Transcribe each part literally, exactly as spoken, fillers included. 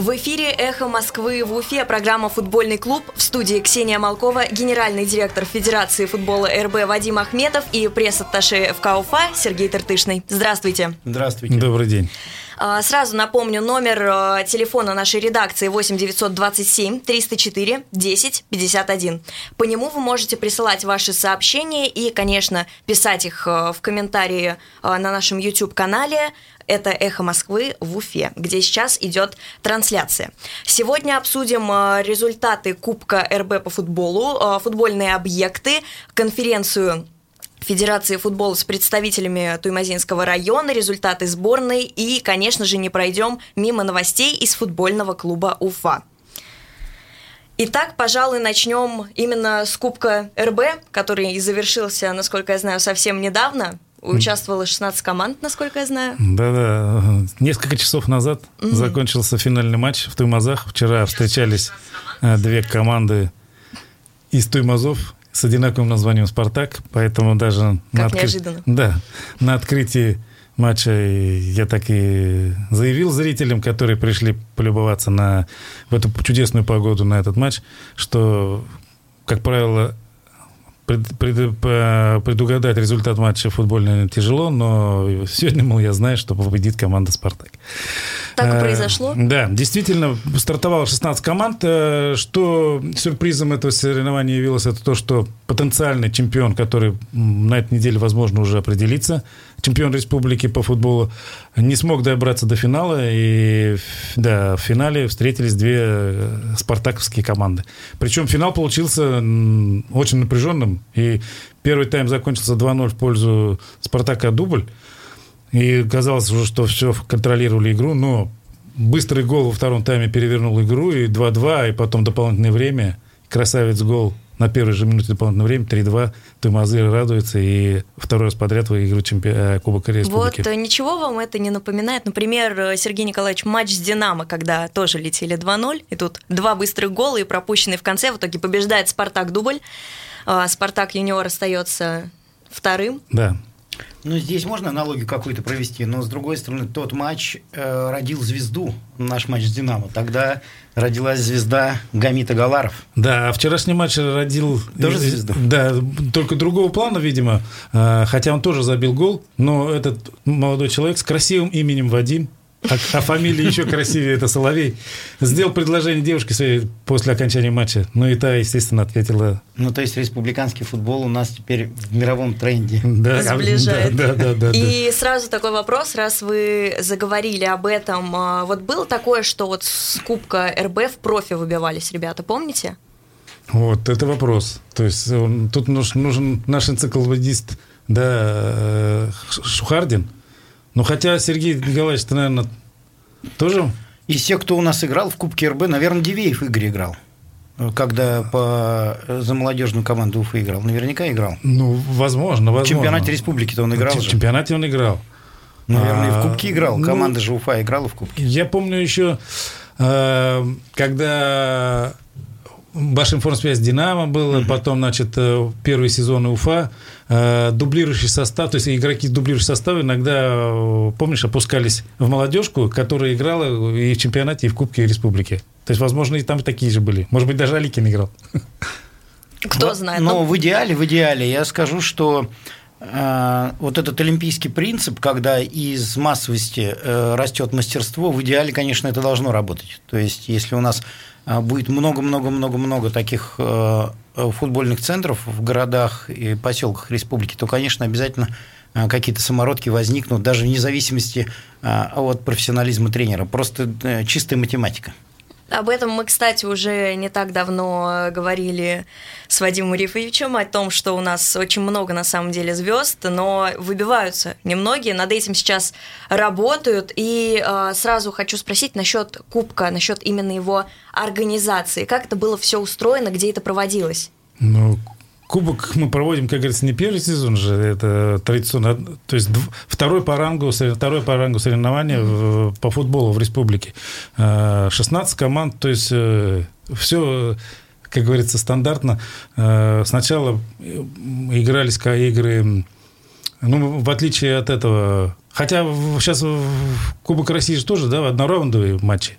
В эфире «Эхо Москвы» в Уфе, программа «Футбольный клуб». В студии Ксения Малкова, генеральный директор Федерации футбола эр бэ Вадим Ахметов и пресс-атташе эф ка Уфа Сергей Тыртышный. Здравствуйте. Здравствуйте. Добрый день. Сразу напомню номер телефона нашей редакции восемь девятьсот двадцать семь триста четыре десять пятьдесят один. По нему вы можете присылать ваши сообщения и, конечно, писать их в комментарии на нашем YouTube-канале. Это «Эхо Москвы» в Уфе, где сейчас идет трансляция. Сегодня обсудим результаты Кубка эр бэ по футболу, футбольные объекты, конференцию Федерации футбола с представителями Туймазинского района, результаты сборной и, конечно же, не пройдем мимо новостей из футбольного клуба Уфа. Итак, пожалуй, начнем именно с Кубка эр бэ, который завершился, насколько я знаю, совсем недавно. Участвовало шестнадцать команд, насколько я знаю. Да-да. Несколько часов назад mm-hmm. закончился финальный матч в Туймазах. Вчера встречались две команды из Туймазов с одинаковым названием «Спартак», поэтому даже как на, откры... неожиданно. Да, на открытии матча я так и заявил зрителям, которые пришли полюбоваться на, в эту чудесную погоду на этот матч, что, как правило, пред, пред, предугадать результат матча футбольно тяжело, но сегодня, мол, я знаю, что победит команда «Спартак». Так и произошло? Да, действительно, стартовало шестнадцать команд. Что сюрпризом этого соревнования явилось, это то, что потенциальный чемпион, который на этой неделе, возможно, уже определится, чемпион республики по футболу, не смог добраться до финала. И да, в финале встретились две спартаковские команды. Причем финал получился очень напряженным. И первый тайм закончился два ноль в пользу «Спартака» дубль. И казалось уже, что все контролировали игру, но быстрый гол во втором тайме перевернул игру, и два-два, и потом дополнительное время. Красавец гол на первой же минуте дополнительного времени, три-два. Туймазы радуются, и второй раз подряд выигрывают чемпи... Кубок Республики. Вот ничего вам это не напоминает? Например, Сергей Николаевич, матч с «Динамо», когда тоже летели два ноль, и тут два быстрых гола, и пропущенный в конце, в итоге побеждает «Спартак» дубль. «Спартак» юниор остается вторым. Да. Ну, здесь можно аналогию какую-то провести, но, с другой стороны, тот матч э, родил звезду, наш матч с «Динамо». Тогда родилась звезда Гамит Агаларов. Да, а вчерашний матч родил... Тоже звезду? Да, только другого плана, видимо, хотя он тоже забил гол, но этот молодой человек с красивым именем Вадим, а, а фамилия еще красивее, это Соловей, сделал предложение девушке своей после окончания матча. Ну и та, естественно, ответила. Ну, то есть республиканский футбол у нас теперь в мировом тренде. Да, сближает. Да, да, да, и да. сразу такой вопрос, раз вы заговорили об этом. Вот было такое, что вот с Кубка эр бэ в профи выбивались ребята, помните? Вот, это вопрос. То есть он, тут нужен, нужен наш энциклопедист, да, Шухардин. Ну, хотя Сергей Николаевич, ты, наверное, тоже... Из тех, кто у нас играл в Кубке эр бэ, наверное, Дивеев Игорь играл. Когда по... за молодежную команду Уфы играл. Наверняка играл. Ну, возможно, возможно. В чемпионате республики-то он играл. В чемпионате он играл. Наверное, и в Кубке играл. Ну, команда же Уфа играла в Кубке. Я помню еще, когда... Башинформсвязь «Динамо» было, uh-huh. потом, значит, первые сезоны Уфа, дублирующий состав, то есть игроки дублирующего состава иногда, помнишь, опускались в молодежку, которая играла и в чемпионате, и в Кубке республики. То есть, возможно, и там такие же были. Может быть, даже Аликин играл. Кто но, знает. Но, но в идеале, в идеале я скажу, что э, вот этот олимпийский принцип, когда из массовости э, растет мастерство, в идеале, конечно, это должно работать. То есть, если у нас будет много-много-много-много таких э, футбольных центров в городах и поселках республики, то, конечно, обязательно э, какие-то самородки возникнут, даже вне зависимости э, от профессионализма тренера. Просто э, чистая математика. Об этом мы, кстати, уже не так давно говорили с Вадимом Рифовичем, о том, что у нас очень много, на самом деле, звезд, но выбиваются немногие, над этим сейчас работают. И э, сразу хочу спросить насчет Кубка, насчет именно его организации. Как это было все устроено, где это проводилось? Ну, Кубок мы проводим, как говорится, не первый сезон же, это традиционно, то есть второй по рангу, второй по рангу соревнования mm-hmm. по футболу в республике. шестнадцать команд, то есть все, как говорится, стандартно. Сначала игрались игры, ну, в отличие от этого, хотя сейчас Кубок России же тоже, да, однораундовые матчи.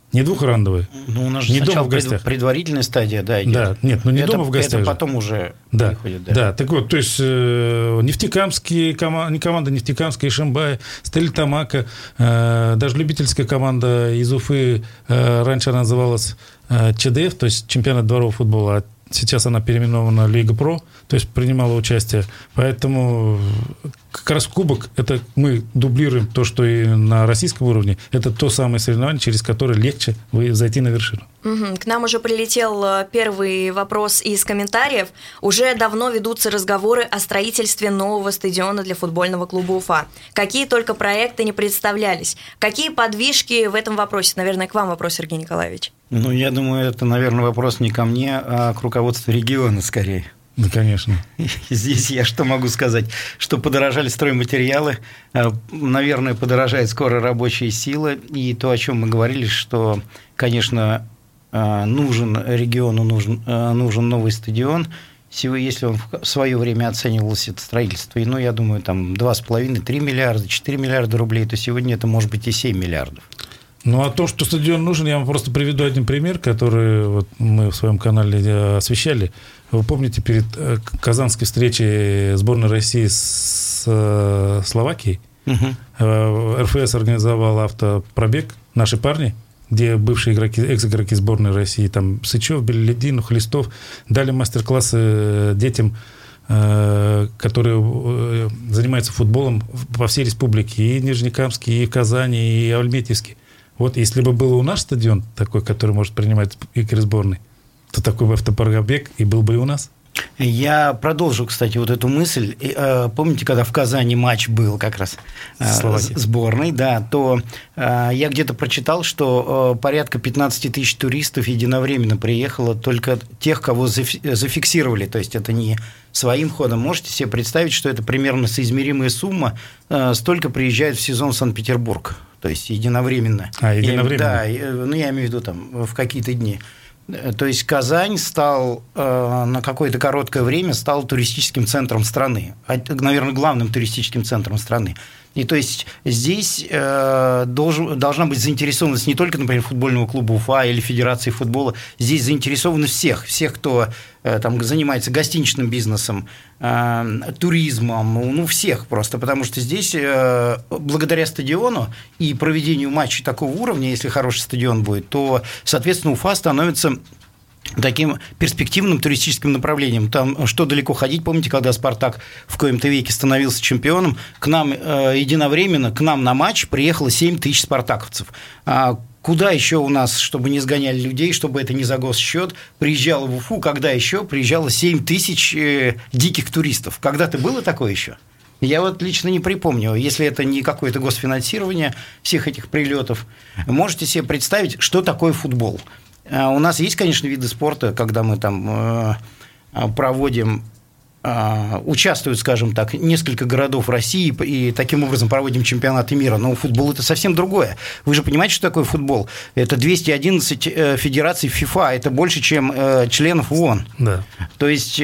Не двухраундовые. Ну, у нас же не сначала дома в гостях. Предварительная стадия, да, идет. Да, нет, ну не это, дома в гостях. Это же. потом уже да. приходит, да. Да, так вот, то есть э, Нефтекамские команды, не команда Нефтекамская, Ишимбай, Стерлитамака, э, даже любительская команда из Уфы, э, раньше она называлась э, ЧДФ, то есть чемпионат дворового футбола, а сейчас она переименована Лига Про, то есть принимала участие. Поэтому как раз кубок, это мы дублируем то, что и на российском уровне, это то самое соревнование, через которое легче зайти на вершину. Угу. К нам уже прилетел первый вопрос из комментариев. Уже давно ведутся разговоры о строительстве нового стадиона для футбольного клуба Уфа. Какие только проекты не представлялись. Какие подвижки в этом вопросе? Наверное, к вам вопрос, Сергей Николаевич. Ну, я думаю, это, наверное, вопрос не ко мне, а к руководству региона скорее. Да, конечно. Здесь я что могу сказать? Что подорожали стройматериалы, наверное, подорожает скоро рабочая сила, и то, о чем мы говорили, что, конечно, нужен региону, нужен, нужен новый стадион. Если он в свое время оценивался, это строительство, ну, я думаю, там два с половиной - три миллиарда, четыре миллиарда рублей, то сегодня это может быть и семь миллиардов. Ну, а то, что стадион нужен, я вам просто приведу один пример, который вот мы в своем канале освещали. Вы помните, перед казанской встречей сборной России с Словакией, угу. эр эф эс организовал автопробег «Наши парни», где бывшие игроки, экс-игроки сборной России, там Сычев, Белелединов, Хлистов, дали мастер-классы детям, которые занимаются футболом по всей республике, и Нижнекамске, и в Казани, и Альметьевске. Вот если бы был у нас стадион такой, который может принимать игры сборной, то такой бы автопробег и был бы и у нас. Я продолжу, кстати, вот эту мысль. Помните, когда в Казани матч был как раз Словакия. Сборной, да, то я где-то прочитал, что порядка пятнадцать тысяч туристов единовременно приехало, только тех, кого зафиксировали, то есть это не своим ходом. Можете себе представить, что это примерно соизмеримая сумма, столько приезжает в сезон в Санкт-Петербург, то есть единовременно. А, единовременно? Я, да, ну я имею в виду там в какие-то дни. То есть Казань стал э, на какое-то короткое время стал туристическим центром страны, наверное, главным туристическим центром страны. И то есть здесь э, должен, должна быть заинтересованность не только, например, футбольного клуба Уфа или Федерации футбола, здесь заинтересованность всех, всех, кто э, там занимается гостиничным бизнесом, э, туризмом, ну, всех просто, потому что здесь э, благодаря стадиону и проведению матчей такого уровня, если хороший стадион будет, то, соответственно, Уфа становится таким перспективным туристическим направлением. Там что далеко ходить, помните, когда «Спартак» в коем-то веке становился чемпионом, к нам э, единовременно, к нам на матч приехало семь тысяч спартаковцев. А куда еще у нас, чтобы не сгоняли людей, чтобы это не за госсчет, приезжало в Уфу, когда еще приезжало семь тысяч э, диких туристов? Когда-то было такое еще? Я вот лично не припомню, если это не какое-то госфинансирование всех этих прилетов. Можете себе представить, что такое футбол? У нас есть, конечно, виды спорта, когда мы там проводим, участвуют, скажем так, несколько городов России, и таким образом проводим чемпионаты мира. Но футбол – это совсем другое. Вы же понимаете, что такое футбол? Это двести одиннадцать федераций ФИФА, это больше, чем членов ООН. Да. То есть,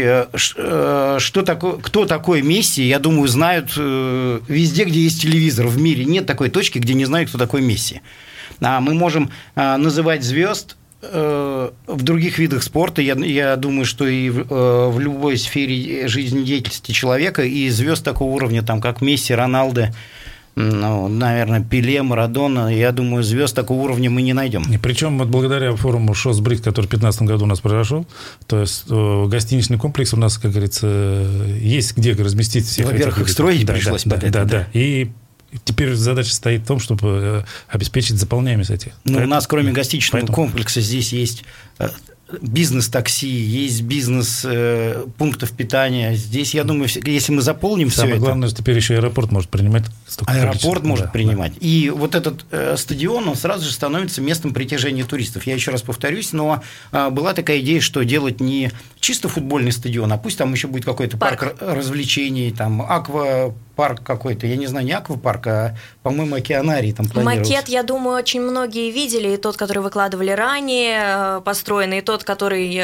что такое, кто такой Месси, я думаю, знают везде, где есть телевизор в мире. Нет такой точки, где не знают, кто такой Месси. А мы можем называть звезд в других видах спорта, я, я думаю, что и в, в любой сфере жизнедеятельности человека, и звезд такого уровня, там, как Месси, Роналдо, ну, наверное, Пеле, Марадона, я думаю, звезд такого уровня мы не найдем. И причем вот благодаря форуму «Шосбрид», который в две тысячи пятнадцатом году у нас произошел, то есть гостиничный комплекс у нас, как говорится, есть где разместить всех. Во-первых, их строить да, пришлось. Да, да, да, да. И теперь задача стоит в том, чтобы обеспечить заполняемость этих. Ну, у нас, кроме гостиничного Поэтому... комплекса, здесь есть бизнес-такси, есть бизнес пунктов питания. Здесь, я думаю, если мы заполним все это... Самое главное, что теперь еще аэропорт может принимать столько Аэропорт количества. может да, принимать. Да. И вот этот стадион, он сразу же становится местом притяжения туристов. Я еще раз повторюсь, но была такая идея, что делать не чисто футбольный стадион, а пусть там еще будет какой-то парк, парк развлечений, там аквапарк какой-то, я не знаю, не аквапарк, а, по-моему, океанарий там планировался. Макет, я думаю, очень многие видели, и тот, который выкладывали ранее, построенный, и тот, который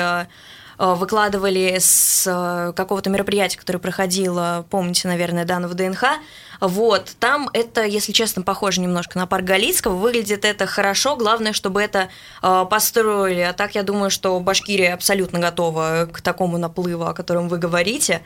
выкладывали с какого-то мероприятия, которое проходило, помните, наверное, да, в ДНХ. Вот, там это, если честно, похоже немножко на парк Галицкого. Выглядит это хорошо, главное, чтобы это э, построили. А так, я думаю, что Башкирия абсолютно готова к такому наплыву, о котором вы говорите.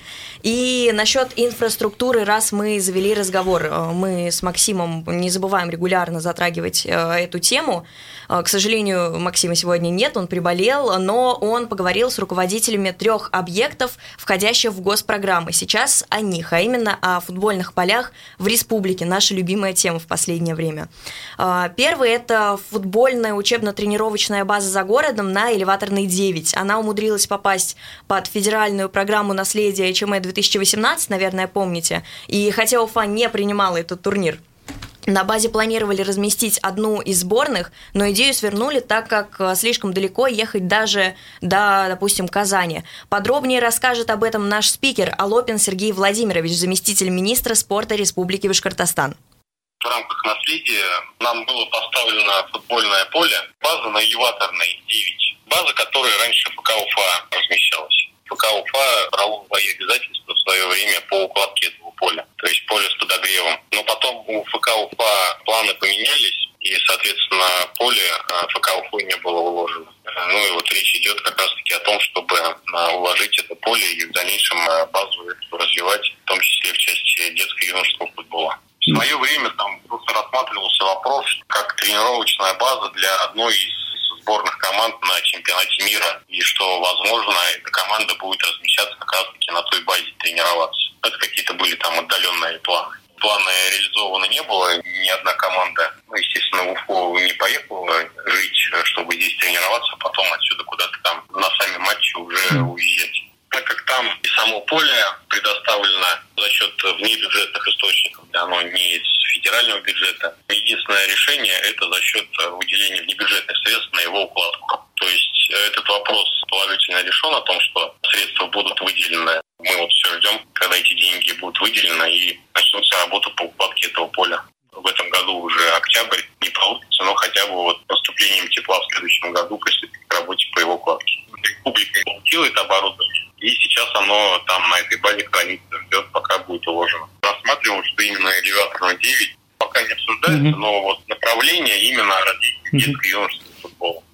И насчет инфраструктуры, раз мы завели разговор, мы с Максимом не забываем регулярно затрагивать э, эту тему. К сожалению, Максима сегодня нет, он приболел, но он поговорил с руководителями трех объектов, входящих в госпрограммы. Сейчас о них, а именно о футбольных полях в республике, наша любимая тема в последнее время. Первый – это футбольная учебно-тренировочная база за городом на Элеваторной девять. Она умудрилась попасть под федеральную программу наследия ЧМ-две тысячи восемнадцать, наверное, помните. И хотя Уфа не принимала этот турнир, на базе планировали разместить одну из сборных, но идею свернули, так как слишком далеко ехать даже до, допустим, Казани. Подробнее расскажет об этом наш спикер Алопин Сергей Владимирович, заместитель министра спорта Республики Башкортостан. В рамках наследия нам было поставлено футбольное поле, база на Элеваторной девять, база, которая раньше ФК Уфа размещалась. ФК Уфа брал свои обязательства в свое время по укладке этого поля, то есть поле с подогревом. Но потом у ФК Уфа планы поменялись, и, соответственно, поле ФК Уфы не было уложено. Ну и вот речь идет как раз-таки о том, чтобы уложить это поле и в дальнейшем базу развивать, в том числе в части детско-юношеского футбола. В свое время там просто рассматривался вопрос, как тренировочная база для одной из сборных команд на чемпионате мира, и что, возможно, эта команда будет размещаться как раз-таки на той базе тренироваться. Это какие-то были там отдаленные планы. Планы реализованы не было, ни одна команда, ну, естественно, в Уфу не поехала жить, чтобы здесь тренироваться, а потом отсюда куда-то там на сами матчи уже уезжать. Так как там и само поле предоставлено за счет внебюджетных источников, оно не из федерального бюджета, единственное решение – это за счет выделения внебюджетных средств на его укладку. То есть этот вопрос положительно решен о том, что средства будут выделены. Мы вот все ждем, когда эти деньги будут выделены и начнутся работа по укладке этого поля. В этом году уже октябрь, не получится, но хотя бы вот поступлением тепла в следующем году приступить к работе по его укладке. Республика получила это оборудование, и сейчас оно там на этой базе хранится, ждет, пока будет уложено. Рассматриваем, что именно Элеваторная девять пока не обсуждается, mm-hmm. но вот направление именно развития mm-hmm. детско-юношеского футбола.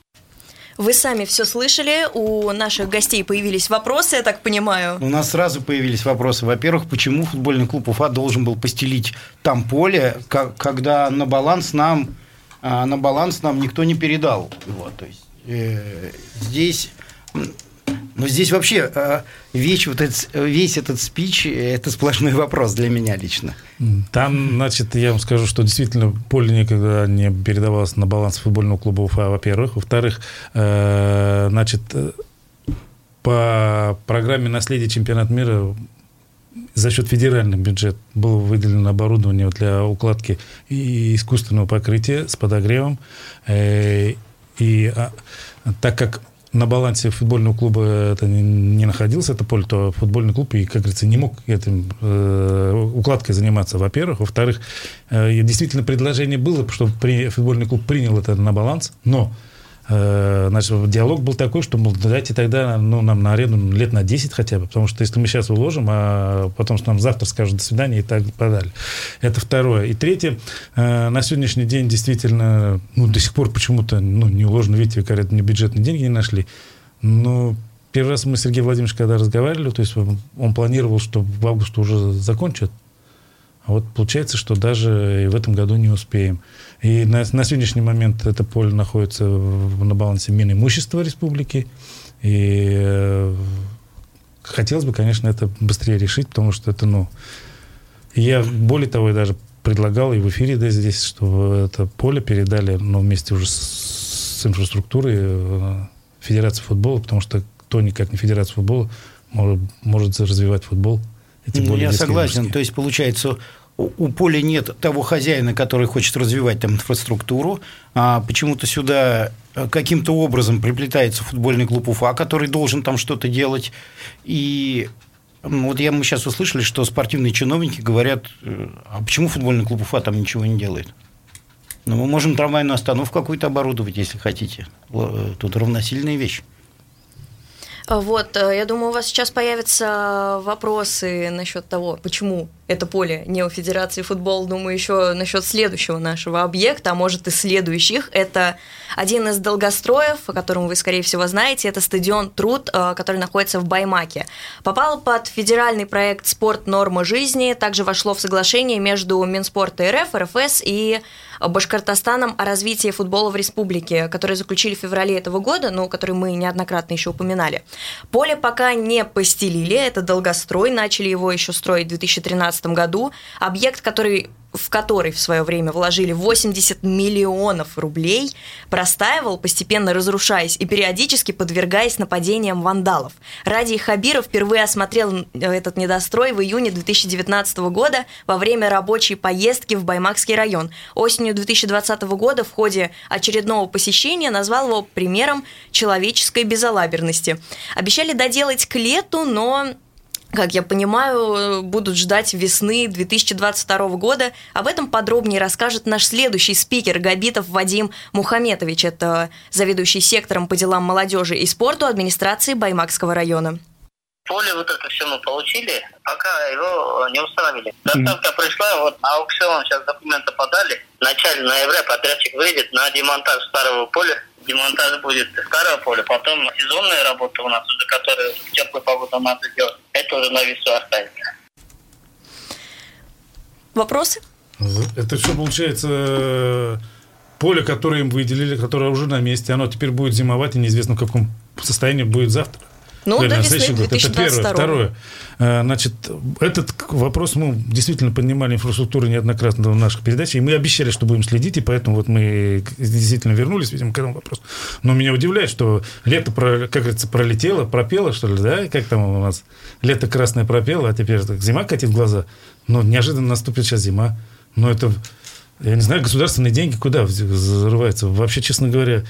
Вы сами все слышали, у наших гостей появились вопросы, я так понимаю. У нас сразу появились вопросы. Во-первых, почему футбольный клуб Уфа должен был постелить там поле, когда на баланс нам, на баланс нам никто не передал его. То есть э, здесь... Но здесь вообще весь, вот этот, весь этот спич – это сплошной вопрос для меня лично. Там, значит, я вам скажу, что действительно поле никогда не передавалось на баланс футбольного клуба Уфа, во-первых. Во-вторых, значит, по программе «Наследие чемпионат мира» за счет федерального бюджета было выделено оборудование для укладки и искусственного покрытия с подогревом. И так как на балансе футбольного клуба это не, не находилось, это поле, то футбольный клуб, и, как говорится, не мог этим э, укладкой заниматься, во-первых. Во-вторых, э, действительно предложение было, чтобы при, футбольный клуб принял это на баланс, но э, значит, диалог был такой, что, мол, дайте тогда ну, нам на аренду лет на десять хотя бы, потому что если мы сейчас уложим, а потом нам завтра скажут до свидания и так далее. Это второе. И третье, э, на сегодняшний день действительно, ну, до сих пор почему-то ну, не уложено, видите, говорят, мне бюджетные деньги не нашли. Но первый раз мы с Сергеем Владимировичем когда разговаривали, то есть он, он планировал, что в августе уже закончат, а вот получается, что даже и в этом году не успеем. И на, на сегодняшний момент это поле находится в, на балансе Минимущества республики. И э, хотелось бы, конечно, это быстрее решить, потому что это, ну... Я, более того, я даже предлагал и в эфире да, здесь, чтобы это поле передали, ну, вместе уже с, с инфраструктурой э, Федерации футбола, потому что кто никак не Федерация футбола может, может развивать футбол. Ну, я согласен. То есть, получается, у, у поля нет того хозяина, который хочет развивать там инфраструктуру, а почему-то сюда каким-то образом приплетается футбольный клуб Уфа, который должен там что-то делать. И вот я, мы сейчас услышали, что спортивные чиновники говорят, а почему футбольный клуб Уфа там ничего не делает? Ну, мы можем трамвайную остановку какую-то оборудовать, если хотите. Тут равносильная вещь. Вот, я думаю, у вас сейчас появятся вопросы насчет того, почему это поле не у Федерации футбола. Думаю, еще насчет следующего нашего объекта, а может и следующих. Это один из долгостроев, о котором вы, скорее всего, знаете. Это стадион «Труд», который находится в Баймаке. Попал под федеральный проект «Спорт. Норма жизни». Также вошло в соглашение между Минспорта РФ, РФС и Башкортостаном о развитии футбола в республике, которые заключили в феврале этого года, ну, который мы неоднократно еще упоминали. Поле пока не постелили, это долгострой, начали его еще строить в две тысячи тринадцатом году. Объект, который... в который в свое время вложили восемьдесят миллионов рублей, простаивал, постепенно разрушаясь и периодически подвергаясь нападениям вандалов. Радий Хабиров впервые осмотрел этот недострой в июне две тысячи девятнадцатого года во время рабочей поездки в Баймакский район. Осенью две тысячи двадцатого года в ходе очередного посещения назвал его примером человеческой безалаберности. Обещали доделать к лету, но... как я понимаю, будут ждать весны две тысячи двадцать второго года. Об этом подробнее расскажет наш следующий спикер Габитов Вадим Мухаметович. Это заведующий сектором по делам молодежи и спорту администрации Баймакского района. Поле вот это все мы получили, пока его не установили. Доставка пришла, вот на аукцион сейчас документы подали. В начале ноября подрядчик выйдет на демонтаж старого поля. Демонтаж будет старого поля, потом сезонные работы у нас уже, которые в теплую погоду надо делать, это уже на весу останется. Вопросы? Это все, получается, поле, которое им выделили, которое уже на месте, оно теперь будет зимовать, и неизвестно, в каком состоянии будет завтра. Ну, до весны две тысячи двадцать второго. Это первое. Второе. Значит, этот вопрос мы действительно поднимали инфраструктуру неоднократно в наших передачах, и мы обещали, что будем следить, и поэтому вот мы действительно вернулись, видимо, к этому вопросу. Но меня удивляет, что лето, как говорится, пролетело, пропело, что ли, да? Как там у нас? Лето красное пропело, а теперь так, зима катит в глаза. Но неожиданно наступит сейчас зима. Но это, я не знаю, государственные деньги куда зарываются? Вообще, честно говоря...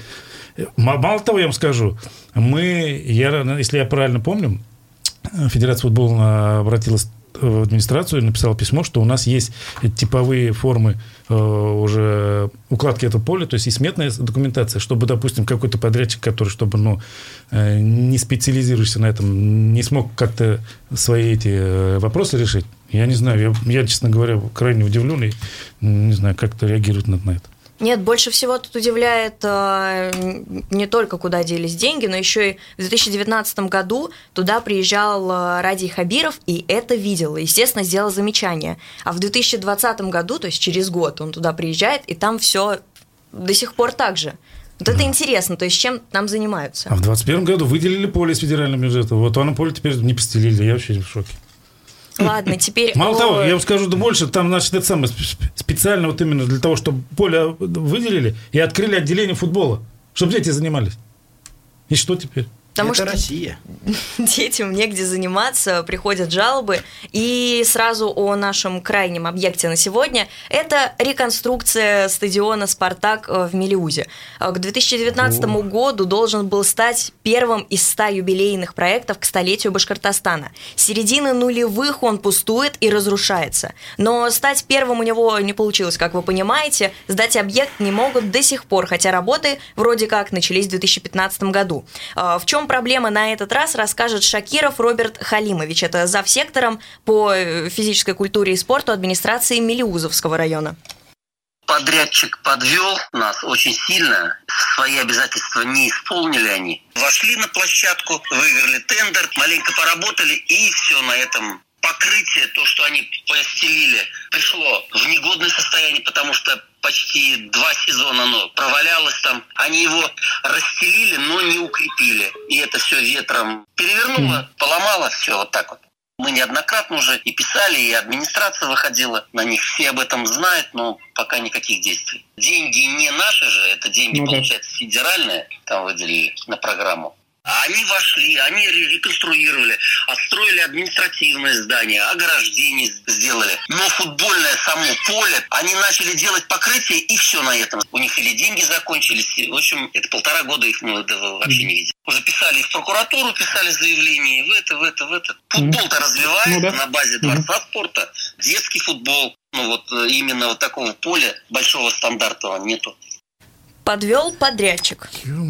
Мало того, я вам скажу, мы, я, если я правильно помню, Федерация футбола обратилась в администрацию и написала письмо, что у нас есть типовые формы э, уже укладки этого поля, то есть и сметная документация, чтобы, допустим, какой-то подрядчик, который, чтобы, ну, э, не специализируешься на этом, не смог как-то свои эти э, вопросы решить. Я не знаю, я, я, честно говоря, крайне удивлен и не знаю, как-то реагирует на, на это. Нет, больше всего тут удивляет э, не только куда делись деньги, но еще и в две тысячи девятнадцатом году туда приезжал э, Радий Хабиров и это видел, и, естественно, сделал замечание. А в две тысячи двадцатом году, то есть через год, он туда приезжает, и там все до сих пор так же. Вот это да. Интересно, то есть чем там занимаются. А в двадцать первом году выделили поле из федерального бюджета, вот оно поле теперь не постелили, я вообще в шоке. Ладно, теперь... Мало того, я вам скажу, да больше, там, значит, это самое, специально вот именно для того, чтобы поле выделили и открыли отделение футбола, чтобы дети занимались. И что теперь? Потому это что Россия. Детям негде заниматься, приходят жалобы. И сразу о нашем крайнем объекте на сегодня. Это реконструкция стадиона «Спартак» в Мелеузе. К две тысячи девятнадцатому году должен был стать первым из ста юбилейных проектов к столетию Башкортостана. С середины нулевых он пустует и разрушается. Но стать первым у него не получилось, как вы понимаете. Сдать объект не могут до сих пор, хотя работы вроде как начались в две тысячи пятнадцатом году. В чем проблема на этот раз, расскажет Шакиров Роберт Халимович. Это завсектором по физической культуре и спорту администрации Мелеузовского района. Подрядчик подвел нас очень сильно. Свои обязательства не исполнили они. Вошли на площадку, выиграли тендер, маленько поработали, и все на этом. Покрытие, то, что они постелили, пришло в негодное состояние, потому что почти два сезона оно провалялось там. Они его расстелили, но не укрепили. И это все ветром перевернуло, поломало, все вот так вот. Мы неоднократно уже и писали, и администрация выходила на них. Все об этом знают, но пока никаких действий. Деньги не наши же, это деньги, ну, получается, федеральные, там выделили на программу. Они вошли, они реконструировали, отстроили административное здание, ограждение сделали. Но футбольное само поле, они начали делать покрытие, и все на этом. У них или деньги закончились, в общем, это полтора года их мы вообще не видели. Уже писали в прокуратуру, писали заявления, в это, в это, в это. Футбол-то развивается ну, да. на базе дворца спорта, детский футбол. Ну вот именно вот такого поля большого стандарта нету. Подвел подрядчик. Ё-моё,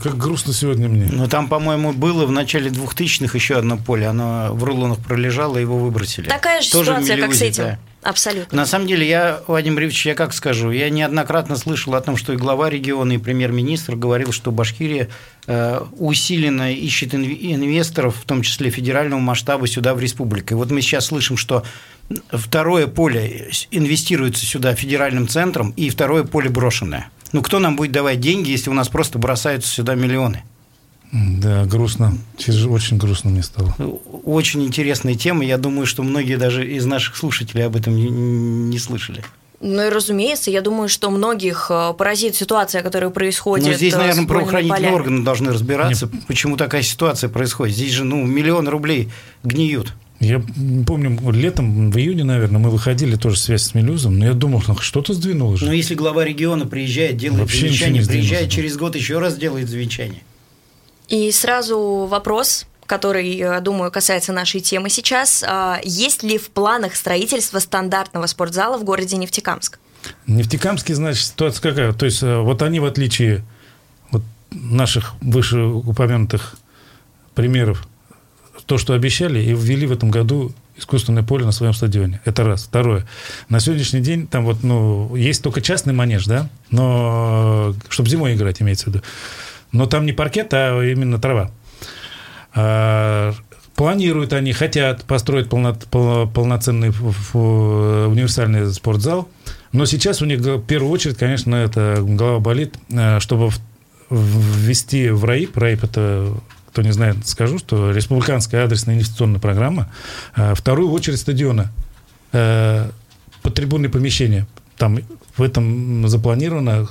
как грустно сегодня мне. Ну, там, по-моему, было в начале двухтысячных еще одно поле. Оно в рулонах пролежало, его выбросили. Такая же Тоже ситуация, Мелиузе, как с этим. да. Абсолютно. На самом деле, я, Вадим Борисович, я как скажу, я неоднократно слышал о том, что и глава региона, и премьер-министр говорил, что Башкирия э, усиленно ищет инвесторов, в том числе федерального масштаба, сюда, в республику. И вот мы сейчас слышим, что второе поле инвестируется сюда федеральным центром, и второе поле брошенное. Ну, кто нам будет давать деньги, если у нас просто бросаются сюда миллионы? Да, грустно. Очень грустно мне стало. Очень интересная тема. Я думаю, что многие даже из наших слушателей об этом не, не слышали. Ну и разумеется, я думаю, что многих поразит ситуация, которая происходит. Но здесь, наверное, правоохранительные полями. органы должны разбираться, Нет. почему такая ситуация происходит. Здесь же, ну, миллион рублей гниют. Я помню, летом, в июне, наверное, мы выходили тоже связь с Мелиузом, но я думал, что-то сдвинулось же. Но если глава региона приезжает, делает Вообще замечание, приезжает через год, еще раз делает замечание. И сразу вопрос, который, я думаю, касается нашей темы сейчас. Есть ли в планах строительство стандартного спортзала в городе Нефтекамск? Нефтекамске, значит, ситуация какая? То есть, вот они, в отличие от наших вышеупомянутых примеров, то, что обещали, и ввели в этом году искусственное поле на своем стадионе. Это раз. Второе. На сегодняшний день там вот, ну, есть только частный манеж, да, но чтобы зимой играть, имеется в виду. Но там не паркет, а именно трава. А, планируют они, хотят построить полно, пол, полноценный универсальный спортзал. Но сейчас у них в первую очередь, конечно, это голова болит, чтобы ввести в РАИП. РАИП – это, кто не знает, скажу, что республиканская адресная инвестиционная программа. Вторую очередь стадиона. Подтрибунные помещения. Там в этом запланировано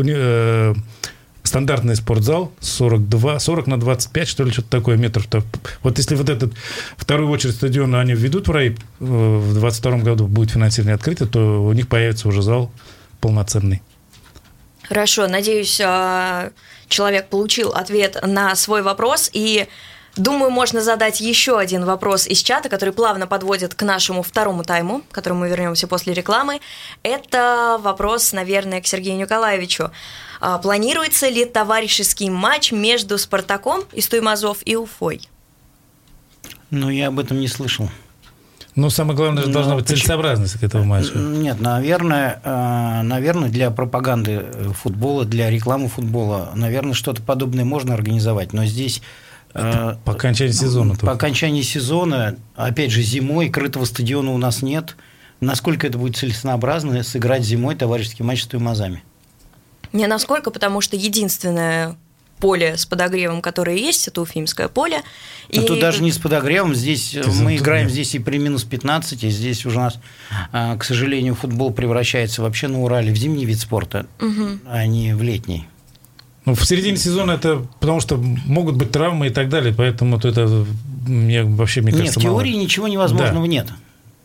стандартный спортзал сорок два, сорок на двадцать пять, что ли, что-то такое метров. Вот если вот этот вторую очередь стадиона они введут в РАИП, в двадцать втором году будет финансирование открыто, то у них появится уже зал полноценный. Хорошо, надеюсь, человек получил ответ на свой вопрос, и думаю, можно задать еще один вопрос из чата, который плавно подводит к нашему второму тайму, к которому мы вернемся после рекламы. Это вопрос, наверное, к Сергею Николаевичу. Планируется ли товарищеский матч между «Спартаком» из Туймазов и Уфой? Ну, я об этом не слышал. Ну, самое главное, Но должна быть целесообразность к этому матчу. Нет, наверное, наверное, для пропаганды футбола, для рекламы футбола, наверное, что-то подобное можно организовать. Но здесь... По окончании сезона. По окончании сезона, опять же, зимой крытого стадиона у нас нет. Насколько это будет целесообразно сыграть зимой товарищеский матч с Туймазами? Не насколько, потому что единственное поле с подогревом, которое есть, это Уфимское поле. И... Тут даже не с подогревом, здесь Ты мы играем здесь и при минус пятнадцати, здесь уже у нас, к сожалению, футбол превращается вообще на Урале в зимний вид спорта, угу. а не в летний. Ну, в середине сезона это потому что могут быть травмы и так далее, поэтому это мне вообще, мне кажется, Нет, в теории мало. ничего невозможного да. нет.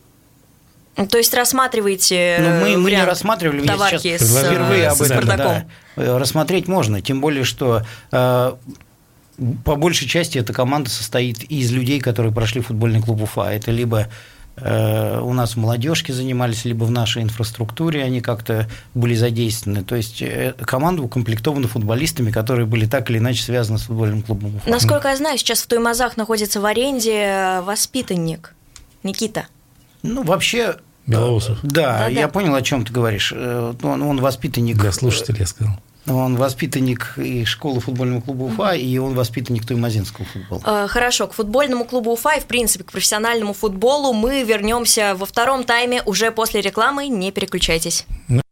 То есть рассматриваете Но мы, мы не рассматривали, товарки сейчас с, впервые с об этом Спартаком. Да, рассмотреть можно, тем более, что э, по большей части эта команда состоит из людей, которые прошли футбольный клуб Уфа. Это либо э, у нас в молодежке занимались, либо в нашей инфраструктуре они как-то были задействованы. То есть э, команда укомплектована футболистами, которые были так или иначе связаны с футбольным клубом Уфа. Насколько я знаю, сейчас в Туймазах находится в аренде воспитанник Никита. Ну, вообще... Белоусов. Да, да, я да. понял, о чем ты говоришь. Он, он воспитанник... Для слушателей я сказал. Он воспитанник и школы футбольного клуба Уфа, и он воспитанник туймазинского футбола. Хорошо, к футбольному клубу Уфа и, в принципе, к профессиональному футболу мы вернемся во втором тайме уже после рекламы. Не переключайтесь.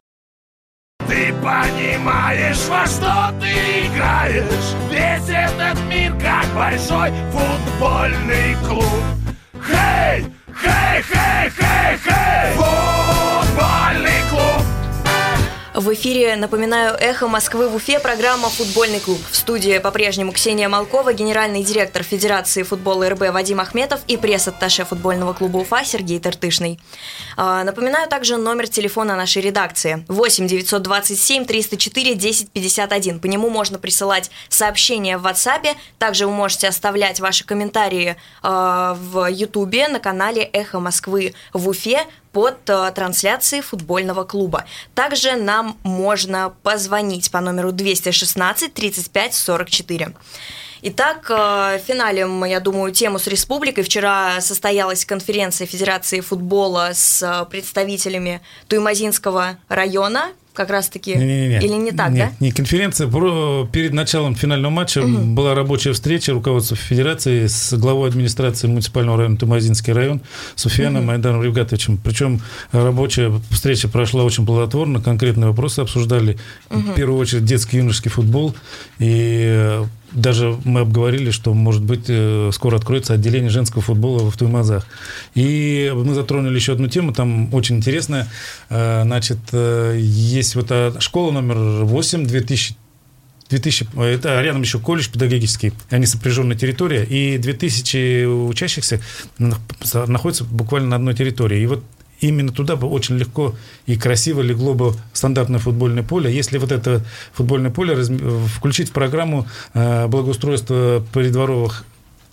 Ты понимаешь, во что ты играешь? Весь этот мир как большой футбольный клуб. Хей! Хей, хей, хей, хей! Футбольный клуб! В эфире, напоминаю, «Эхо Москвы» в Уфе, программа «Футбольный клуб». В студии по-прежнему Ксения Малкова, генеральный директор Федерации футбола эр бэ Вадим Ахметов и пресс-атташе футбольного клуба Уфа Сергей Тартышный. Напоминаю также номер телефона нашей редакции восемь девятьсот двадцать семь триста четыре десять пятьдесят один. По нему можно присылать сообщения в WhatsApp. Также вы можете оставлять ваши комментарии в Ютубе на канале «Эхо Москвы» в Уфе под трансляцией футбольного клуба. Также нам можно позвонить по номеру двести шестнадцать тридцать пять сорок четыре. Итак, финалем, я думаю, тему с республикой. Вчера состоялась конференция Федерации футбола с представителями Туймазинского района. Как раз-таки, Не-не-не. или не так, Нет, да? не конференция. Про... Перед началом финального матча угу. была рабочая встреча руководства Федерации с главой администрации муниципального района Туймазинский район Суфияном угу. Айданом Ревгатовичем. Причем рабочая встреча прошла очень плодотворно, конкретные вопросы обсуждали. Угу. В первую очередь детский юношеский футбол. И даже мы обговорили, что, может быть, скоро откроется отделение женского футбола в Туймазах. И мы затронули еще одну тему, там очень интересная. Значит, есть вот школа номер восемь, две тысячи, две тысячи, это рядом еще колледж педагогический, они сопряженная территория, и две тысячи учащихся находятся буквально на одной территории. И вот именно туда бы очень легко и красиво легло бы стандартное футбольное поле, если вот это футбольное поле раз... включить в программу э, благоустройства придворовых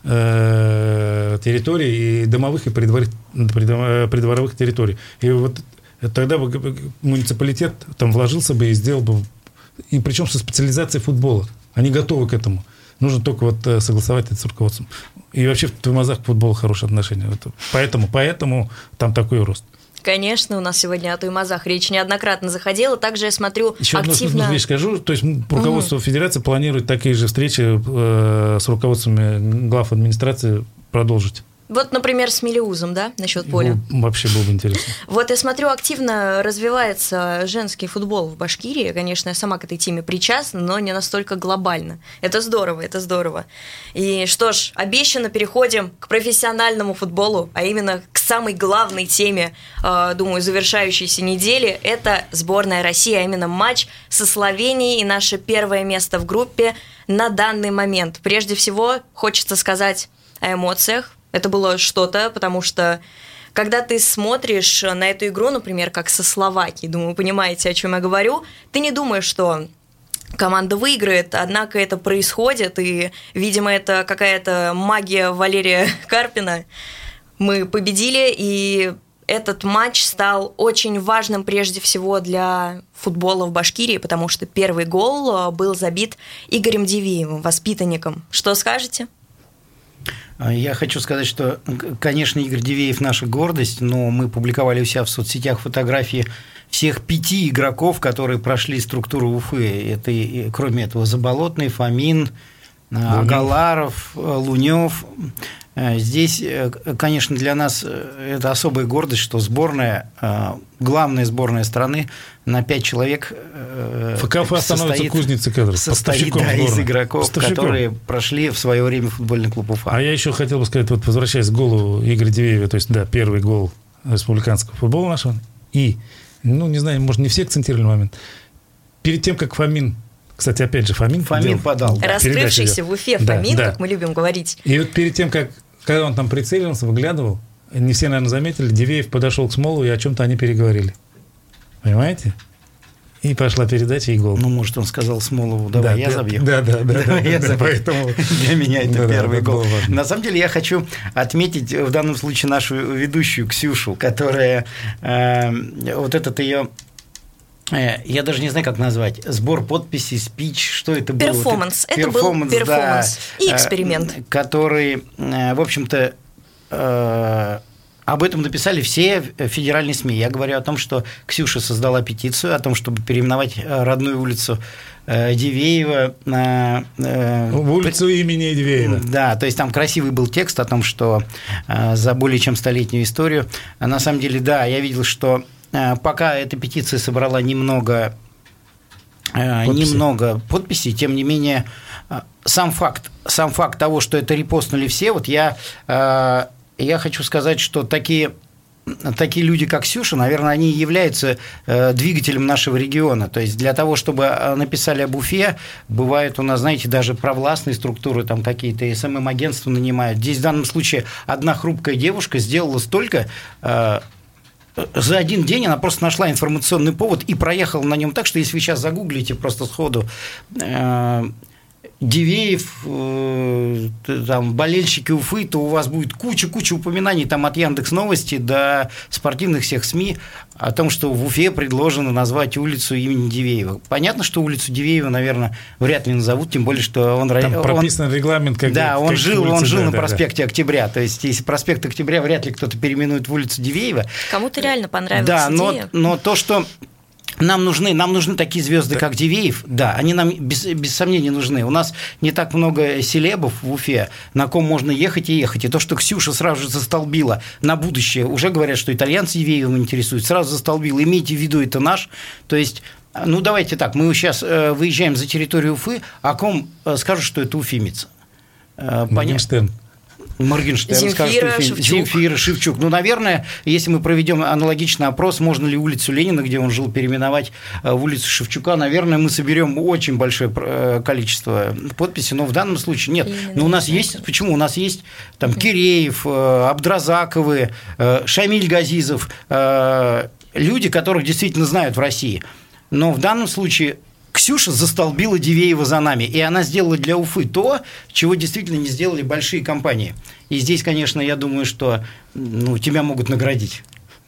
э, территорий и домовых и придвор... придворовых территорий. И вот тогда бы муниципалитет там вложился бы и сделал бы, и причем со специализацией футбола. Они готовы к этому. Нужно только вот согласовать это с руководством. И вообще в Туймазах к футболу хорошие отношения. Поэтому, поэтому там такой рост. Конечно, у нас сегодня о Туймазах речь неоднократно заходила. Также я смотрю Еще активно... одну вещь скажу. То есть руководство угу. Федерации планирует такие же встречи э, с руководствами глав администрации продолжить. Вот, например, с Мелеузом, да, насчет поля? Ну, вообще было бы интересно. Вот я смотрю, активно развивается женский футбол в Башкирии. Конечно, я сама к этой теме причастна, но не настолько глобально. Это здорово, это здорово. И что ж, обещанно переходим к профессиональному футболу, а именно к самой главной теме, думаю, завершающейся недели. Это сборная России, а именно матч со Словенией и наше первое место в группе на данный момент. Прежде всего, хочется сказать о эмоциях. Это было что-то, потому что когда ты смотришь на эту игру, например, как со Словакией, думаю, вы понимаете, о чем я говорю, ты не думаешь, что команда выиграет, однако это происходит, и, видимо, это какая-то магия Валерия Карпина. Мы победили, и этот матч стал очень важным прежде всего для футбола в Башкирии, потому что первый гол был забит Игорем Дивеевым, воспитанником. Что скажете? Я хочу сказать, что, конечно, Игорь Дивеев – наша гордость, но мы публиковали у себя в соцсетях фотографии всех пяти игроков, которые прошли структуру Уфы. Это, кроме этого, Заболотный, Фомин, Лунёв. Галаров, Лунёв. Здесь, конечно, для нас это особая гордость, что сборная, главная сборная страны на пять человек ФКФ становится кузницей кадров, состоит да, из игроков, которые прошли в свое время футбольный клуб Уфа. А я еще хотел бы сказать, вот возвращаясь к голу Игоря Дивеева, то есть, да, первый гол республиканского футбола нашего, и, ну, не знаю, может, не все акцентировали момент, перед тем, как Фомин, кстати, опять же, Фомин, Фомин делал, подал. Да, раскрывшийся в Уфе Фомин, да, да. как мы любим говорить. И вот перед тем, как, когда он там прицелился, выглядывал, не все, наверное, заметили, Дивеев подошел к Смолову, и о чем-то они переговорили. Понимаете? И пошла передача, и гол. Ну, может, он сказал Смолову, давай да, я да, забью. Да, да, да. Давай да, я да, забью. Поэтому... Для меня это да, первый да, гол. Да, На самом деле, я хочу отметить в данном случае нашу ведущую Ксюшу, которая э, вот этот ее... Я даже не знаю, как назвать. Сбор подписей, спич, что это было? Перформанс. Это перформанс, был перформанс да, и эксперимент. Который, в общем-то, об этом написали все федеральные СМИ. Я говорю о том, что Ксюша создала петицию о том, чтобы переименовать родную улицу Дивеева на... В улицу имени Дивеева. Да, то есть там красивый был текст о том, что за более чем столетнюю историю. На самом деле, да, я видел, что пока эта петиция собрала немного подписей. немного подписей, тем не менее, сам факт, сам факт того, что это репостнули все, вот я, я хочу сказать, что такие, такие люди, как Ксюша, наверное, они являются двигателем нашего региона. То есть для того, чтобы написали об Уфе, бывают у нас, знаете, даже провластные структуры, там какие-то эс эм эм-агентства нанимают. Здесь в данном случае одна хрупкая девушка сделала столько... За один день она просто нашла информационный повод и проехала на нем так, что если вы сейчас загуглите просто сходу Дивеев, э, там, болельщики Уфы, то у вас будет куча-куча упоминаний там от Яндекс.Новости до спортивных всех СМИ о том, что в Уфе предложено назвать улицу имени Дивеева. Понятно, что улицу Дивеева, наверное, вряд ли назовут, тем более, что он... Там прописан он, регламент, как да, как он жил, улицы, он жил да, на да, проспекте да. Октября, то есть, если проспект Октября, вряд ли кто-то переименует в улицу Дивеева. Кому-то реально понравилась да, идея. Но, но то, что... Нам нужны, нам нужны такие звезды, да. как Дивеев, да, они нам без, без сомнения нужны. У нас не так много селебов в Уфе, на ком можно ехать и ехать. И то, что Ксюша сразу же застолбила на будущее, уже говорят, что итальянцы Дивеевым интересуют, сразу застолбила, имейте в виду, это наш. То есть, ну, давайте так, мы сейчас э, выезжаем за территорию Уфы, о ком э, скажут, что это уфимец? Э, Моргенштерн. Моргенштерн, Земфира, скажет, Шевчук. Земфира, Шевчук. Ну, наверное, если мы проведем аналогичный опрос, можно ли улицу Ленина, где он жил, переименовать в улицу Шевчука, наверное, мы соберем очень большое количество подписей, но в данном случае нет. Именно. Но у нас есть, почему? У нас есть там Киреев, Абдразаковы, Шамиль Газизов, люди, которых действительно знают в России. Но в данном случае Ксюша застолбила Дивеева за нами, и она сделала для Уфы то, чего действительно не сделали большие компании. И здесь, конечно, я думаю, что ну, тебя могут наградить.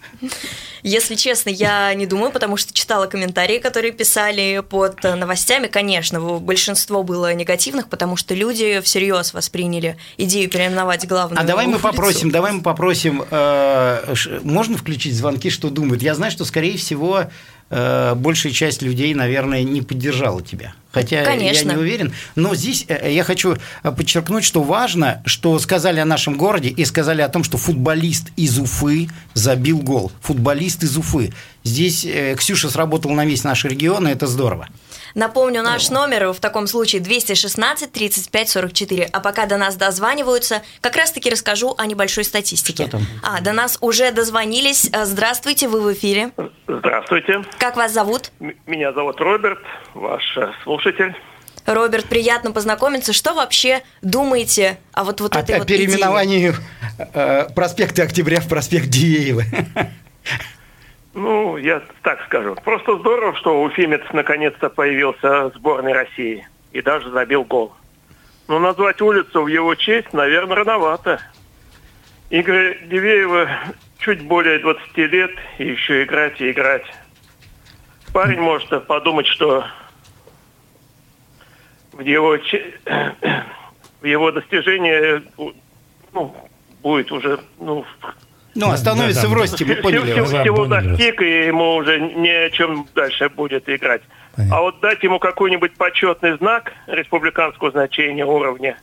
Если честно, я не думаю, потому что читала комментарии, которые писали под новостями. Конечно, большинство было негативных, потому что люди всерьез восприняли идею переименовать главную А давай мы улицу. попросим, давай мы попросим, э, можно включить звонки, что думают? Я знаю, что, скорее всего, э, большая часть людей, наверное, не поддержала тебя. Хотя Конечно. я не уверен. Но здесь я хочу подчеркнуть, что важно, что сказали о нашем городе и сказали о том, что футболист из Уфы забил гол. Футболист из Уфы. Здесь Ксюша сработала на весь наш регион, и это здорово. Напомню, наш номер в таком случае двести шестнадцать тридцать пять сорок четыре. А пока до нас дозваниваются, как раз-таки расскажу о небольшой статистике. Что там? А, до нас уже дозвонились. Здравствуйте, вы в эфире. Здравствуйте. Как вас зовут? М- Меня зовут Роберт, ваш э, слушатель. Роберт, приятно познакомиться. Что вообще думаете о вот, вот О, этой о вот идее? переименовании э, проспекта Октября в проспект Дивеева. Ну, я так скажу. Просто здорово, что уфимец наконец-то появился в сборной России и даже забил гол. Но назвать улицу в его честь, наверное, рановато. Игорь Дивеева чуть более двадцати лет, и еще играть и играть. Парень может подумать, что в его, че- в его достижении ну, будет уже... Ну, Ну, остановится Да, да. в росте, мы поняли всего, вас. Да, всего поняли вас. достиг, и ему уже ни о чем дальше будет играть. Понятно. А вот дать ему какой-нибудь почетный знак республиканского значения уровня,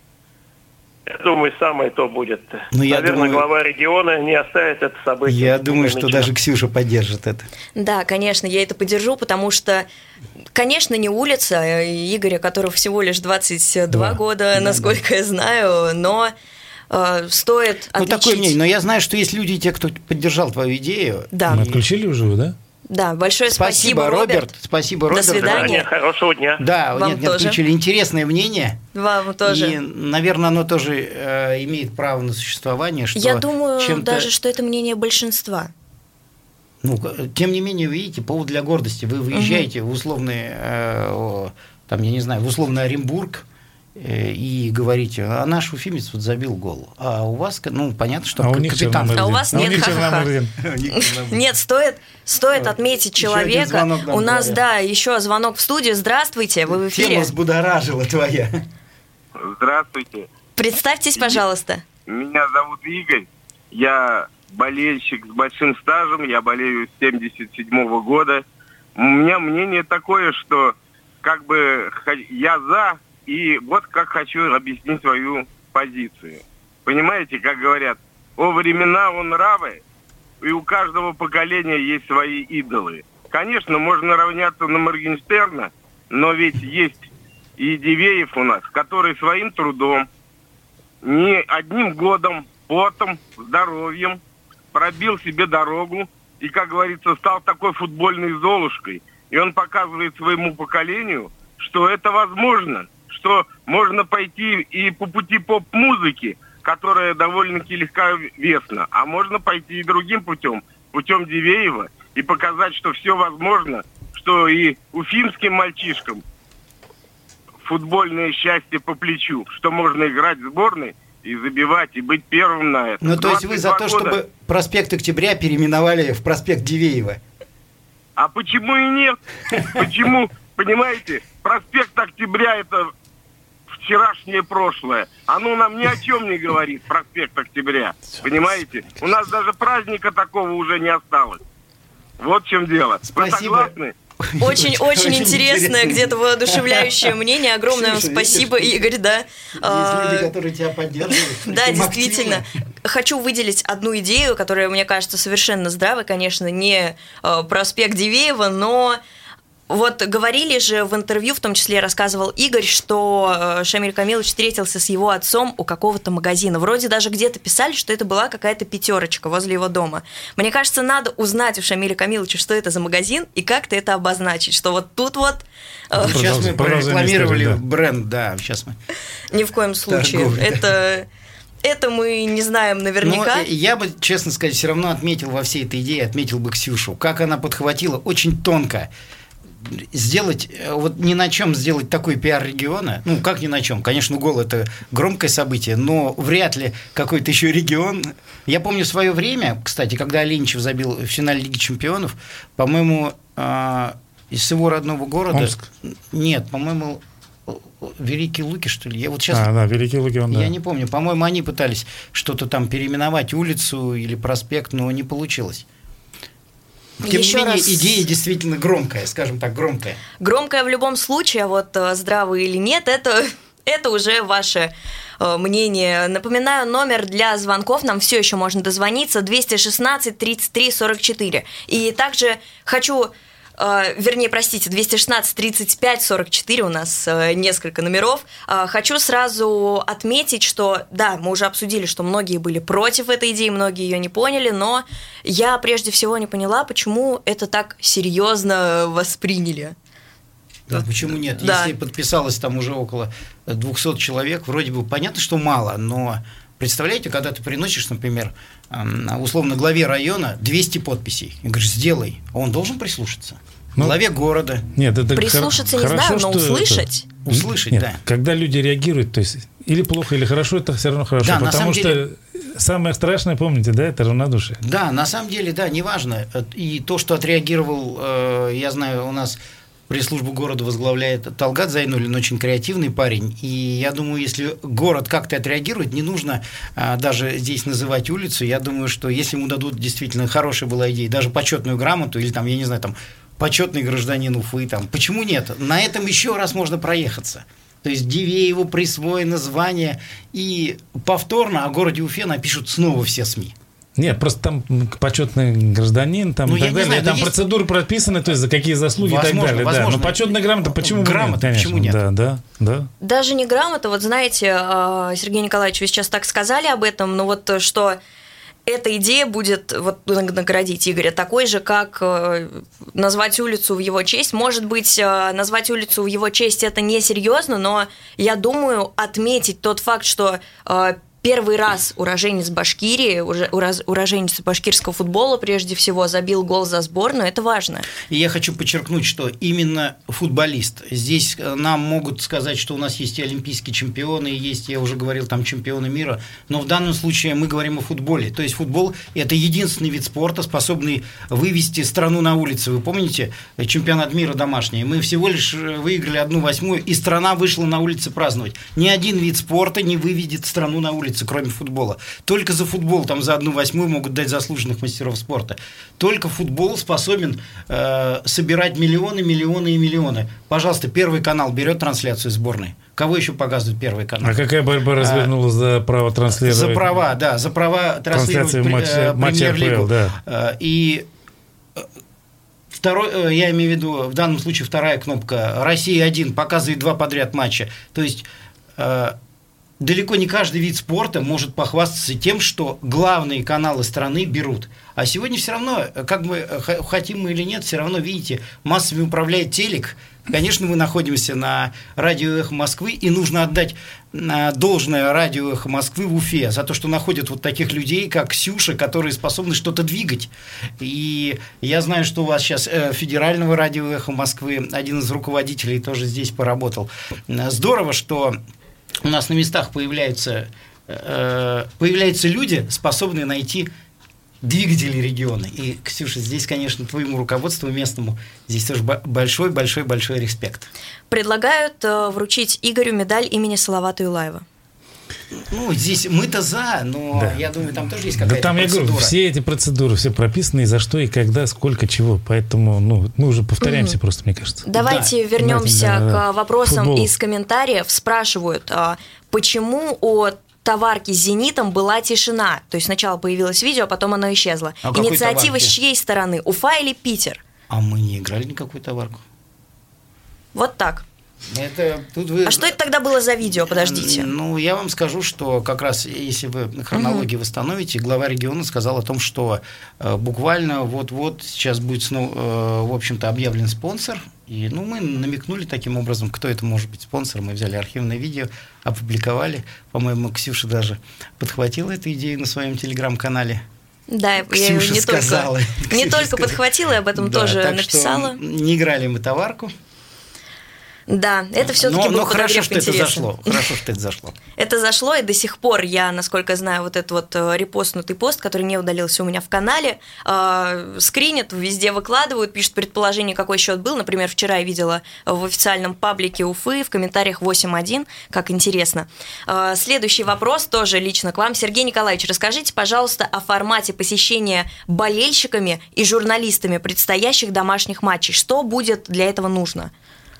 я думаю, самое то будет. Ну, я Наверное, думаю- глава региона не оставит это событие. Я думаю, что ничего. даже Ксюша поддержит это. Да, конечно, я это поддержу, потому что, конечно, не улица Игоря, которого всего лишь двадцать два Да. года, насколько я знаю, но э, стоит Ну, отличить... такое мнение. Но я знаю, что есть люди, те, кто поддержал твою идею. Да. Мы отключили уже, да? Да, большое спасибо, Спасибо, Роберт. Спасибо, До Роберт. свидания. Хорошего дня. Да, Вам нет, не тоже. отключили. Интересное мнение. Вам тоже. И, наверное, оно тоже э, имеет право на существование. Что Я думаю чем-то- даже, что это мнение большинства. Ну, тем не менее, видите, повод для гордости. Вы выезжаете в условный, э, о, там, я не знаю, в условный Оренбург э, и говорите, а наш уфимец вот забил гол. А у вас, ну, понятно, что А у к- них капитан. Черномырдин. А у вас А у нет, них ха-ха-ха. Черномырдин. Нет, стоит, стоит Вот. отметить Еще один человека. звонок нам У нас, говорят. да, еще звонок в студию. Здравствуйте, вы в эфире. Тема взбудоражила твоя. Здравствуйте. Представьтесь, пожалуйста. Меня зовут Игорь. Я болельщик с большим стажем. Я болею с семьдесят седьмого года. У меня мнение такое, что как бы х- я за, и вот как хочу объяснить свою позицию. Понимаете, как говорят, о времена он нравы, и у каждого поколения есть свои идолы. Конечно, можно равняться на Моргенштерна, но ведь есть и Дивеев у нас, который своим трудом, не одним годом, потом, здоровьем пробил себе дорогу и, как говорится, стал такой футбольной золушкой. И он показывает своему поколению, что это возможно, что можно пойти и по пути поп-музыки, которая довольно-таки легковесна, а можно пойти и другим путем, путем Дивеева, и показать, что все возможно, что и уфимским мальчишкам футбольное счастье по плечу, что можно играть в сборной и забивать, и быть первым на этом. Ну, то есть вы за то, года... чтобы проспект Октября переименовали в проспект Дивеева? А почему и нет? Почему, понимаете, проспект Октября – это вчерашнее прошлое. Оно нам ни о чем не говорит, проспект Октября. Понимаете? У нас даже праздника такого уже не осталось. Вот в чем дело. Спасибо. Вы согласны? Очень-очень интересное, где-то воодушевляющее мнение. Огромное вам спасибо, Игорь, да. Есть люди, которые тебя поддерживают. Да, действительно. Хочу выделить одну идею, которая, мне кажется, совершенно здравой, конечно, не проспект Дивеева, но... Вот говорили же в интервью, в том числе рассказывал Игорь, что Шамиль Камилович встретился с его отцом у какого-то магазина. Вроде даже где-то писали, что это была какая-то пятерочка возле его дома. Мне кажется, надо узнать у Шамиля Камиловича, что это за магазин, и как-то это обозначить, что вот тут вот... Сейчас мы прорекламировали да. бренд, да, сейчас мы... Ни в коем случае. Торговля. Это... Это мы не знаем наверняка. Но я бы, честно сказать, все равно отметил во всей этой идее, отметил бы Ксюшу, как она подхватила очень тонко. Сделать, вот ни на чем сделать такой пиар региона, ну, как ни на чем, конечно, гол – это громкое событие, но вряд ли какой-то еще регион. Я помню свое время, кстати, когда Оленичев забил в финале Лиги Чемпионов, по-моему, из его родного города… Омск? Нет, по-моему, Великие Луки, что ли? Я вот сейчас… А, да, Великие Луки, он, да. Я не помню, по-моему, они пытались что-то там переименовать, улицу или проспект, но не получилось. Тем Еще не менее, раз... идея действительно громкая, скажем так, громкая. Громкая в любом случае, а вот здравый или нет, это, это уже ваше э, мнение. Напоминаю, номер для звонков, нам все еще можно дозвониться, двести шестнадцать тридцать три сорок четыре. И также хочу... Вернее, простите, двести шестнадцать тридцать пять сорок четыре, у нас несколько номеров. Хочу сразу отметить, что, да, мы уже обсудили, что многие были против этой идеи, многие ее не поняли, но я прежде всего не поняла, почему это так серьезно восприняли. Да, почему нет? Да. Если подписалось там уже около двухсот человек, вроде бы понятно, что мало, но... Представляете, когда ты приносишь, например, условно главе района двести подписей, и говоришь, сделай, а он должен прислушаться. Ну, главе города. Нет, это прислушаться хор- не хорошо, знаю, но услышать. Это... Услышать, нет, да. Когда люди реагируют, то есть или плохо, или хорошо, это все равно хорошо. Да, потому что деле... самое страшное, помните, да, это равнодушие. Да, на самом деле, да, неважно. И то, что отреагировал, я знаю, у нас пресс-службу города возглавляет Талгат Зайнуллин, очень креативный парень. И я думаю, если город как-то отреагирует, не нужно а, даже здесь называть улицу. Я думаю, что если ему дадут действительно хорошая была идея, даже почетную грамоту или там, я не знаю, там почетный гражданин Уфы, там, почему нет? На этом еще раз можно проехаться. То есть Дивееву присвоено звание, и повторно о городе Уфе напишут снова все СМИ. Нет, просто там почетный гражданин, там, ну, и так далее. Знаю, там есть... процедуры прописаны, то есть за какие заслуги возможно, и так далее. Возможно. Да. Но почетная грамота, почему грамота, нет? Почему нет? Да, да, да. Даже не грамота, вот знаете, Сергей Николаевич, вы сейчас так сказали об этом, но вот что эта идея будет вот, наградить Игоря такой же, как назвать улицу в его честь. Может быть, назвать улицу в его честь это несерьезно, но я думаю, отметить тот факт, что первый раз уроженец Башкирии, уроженец башкирского футбола, прежде всего, забил гол за сборную, это важно. И я хочу подчеркнуть, что именно футболист. Здесь нам могут сказать, что у нас есть и олимпийские чемпионы, и есть, я уже говорил, там чемпионы мира, но в данном случае мы говорим о футболе. То есть футбол – это единственный вид спорта, способный вывести страну на улицы. Вы помните чемпионат мира домашний? Мы всего лишь выиграли одну восьмую, и страна вышла на улицы праздновать. Ни один вид спорта не выведет страну на улицы, кроме футбола. Только за футбол, там за одну восьмую могут дать заслуженных мастеров спорта. Только футбол способен э, собирать миллионы, миллионы и миллионы. Пожалуйста, Первый канал берет трансляцию сборной. Кого еще показывает Первый канал? А какая борьба развернулась а, за право транслировать? За права, да, за права транслировать матча, премьер-лигу. Да. И второй, я имею в виду, в данном случае вторая кнопка, Россия один показывает два подряд матча. То есть далеко не каждый вид спорта может похвастаться тем, что главные каналы страны берут. А сегодня все равно, как мы хотим мы или нет, все равно, видите, массами управляет телек. Конечно, мы находимся на радио «Эхо Москвы», и нужно отдать должное радио «Эхо Москвы» в Уфе за то, что находят вот таких людей, как Ксюша, которые способны что-то двигать. И я знаю, что у вас сейчас федерального радио «Эхо Москвы», один из руководителей тоже здесь поработал. Здорово, что у нас на местах появляются, появляются люди, способные найти двигатели региона. И, Ксюша, здесь, конечно, твоему руководству местному здесь тоже большой-большой-большой респект. Предлагают э, вручить Игорю медаль имени Салавата Юлаева. Ну, здесь мы-то за, но да. Я думаю, там тоже есть какая-то да там, процедура. Я говорю, все эти процедуры, все прописаны, и за что, и когда, сколько, чего. Поэтому, ну, мы уже повторяемся mm-hmm. просто, мне кажется. Давайте да. вернемся Давайте, да, к вопросам футболу. Из комментариев. Спрашивают, почему от товарки с «Зенитом» была тишина. То есть сначала появилось видео, а потом оно исчезло. А инициатива с чьей стороны? Уфа или Питер? А мы не играли никакую товарку. Вот так. Это, тут вы... А что это тогда было за видео? Подождите. Ну, я вам скажу, что как раз, если вы хронологию угу. восстановите, глава региона сказал о том, что э, буквально вот-вот сейчас будет, снова, э, в общем-то, объявлен спонсор. И, ну, мы намекнули таким образом, кто это может быть спонсор. Мы взяли архивное видео, опубликовали. По-моему, Ксюша даже подхватила эту идею на своем телеграм-канале. Да, Ксюша я не сказала. только, не только подхватила, я об этом да, тоже так написала. Что не играли мы товарку. Да, это все-таки был хорошо, что интересный. это зашло. Хорошо, что это зашло. Это зашло, и до сих пор я, насколько знаю, вот этот вот репостнутый пост, который не удалился у меня в канале, э, скринят, везде выкладывают, пишут предположение, какой счет был. Например, вчера я видела в официальном паблике Уфы в комментариях восемь один, как интересно. Э, следующий вопрос тоже лично к вам. Сергей Николаевич, расскажите, пожалуйста, о формате посещения болельщиками и журналистами предстоящих домашних матчей. Что будет для этого нужно?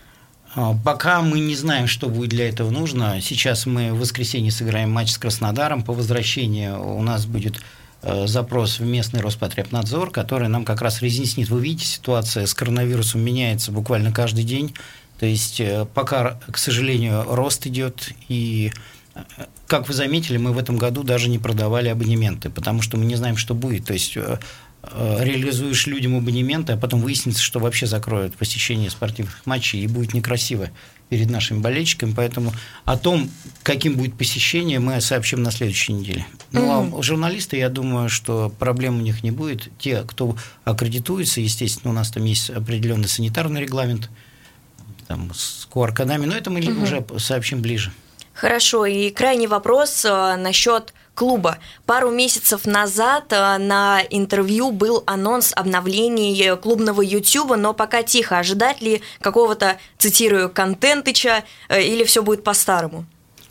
Пока мы не знаем, что будет для этого нужно. Сейчас мы в воскресенье сыграем матч с Краснодаром. По возвращении у нас будет запрос в местный Роспотребнадзор, который нам как раз разъяснит. Вы видите, ситуация с коронавирусом меняется буквально каждый день. То есть пока, к сожалению, рост идет. И, как вы заметили, мы в этом году даже не продавали абонементы, потому что мы не знаем, что будет. То есть реализуешь людям абонементы, а потом выяснится, что вообще закроют посещение спортивных матчей, и будет некрасиво перед нашими болельщиками. Поэтому о том, каким будет посещение, мы сообщим на следующей неделе. Ну, mm-hmm. а журналисты, я думаю, что проблем у них не будет. Те, кто аккредитуется, естественно, у нас там есть определенный санитарный регламент там, с ку ар-кодами, но это мы mm-hmm. уже сообщим ближе. Хорошо, и крайний вопрос э, насчет клуба. Пару месяцев назад э, на интервью был анонс обновления клубного Ютуба, но пока тихо. Ожидать ли какого-то, цитирую, контентыча э, или все будет по-старому?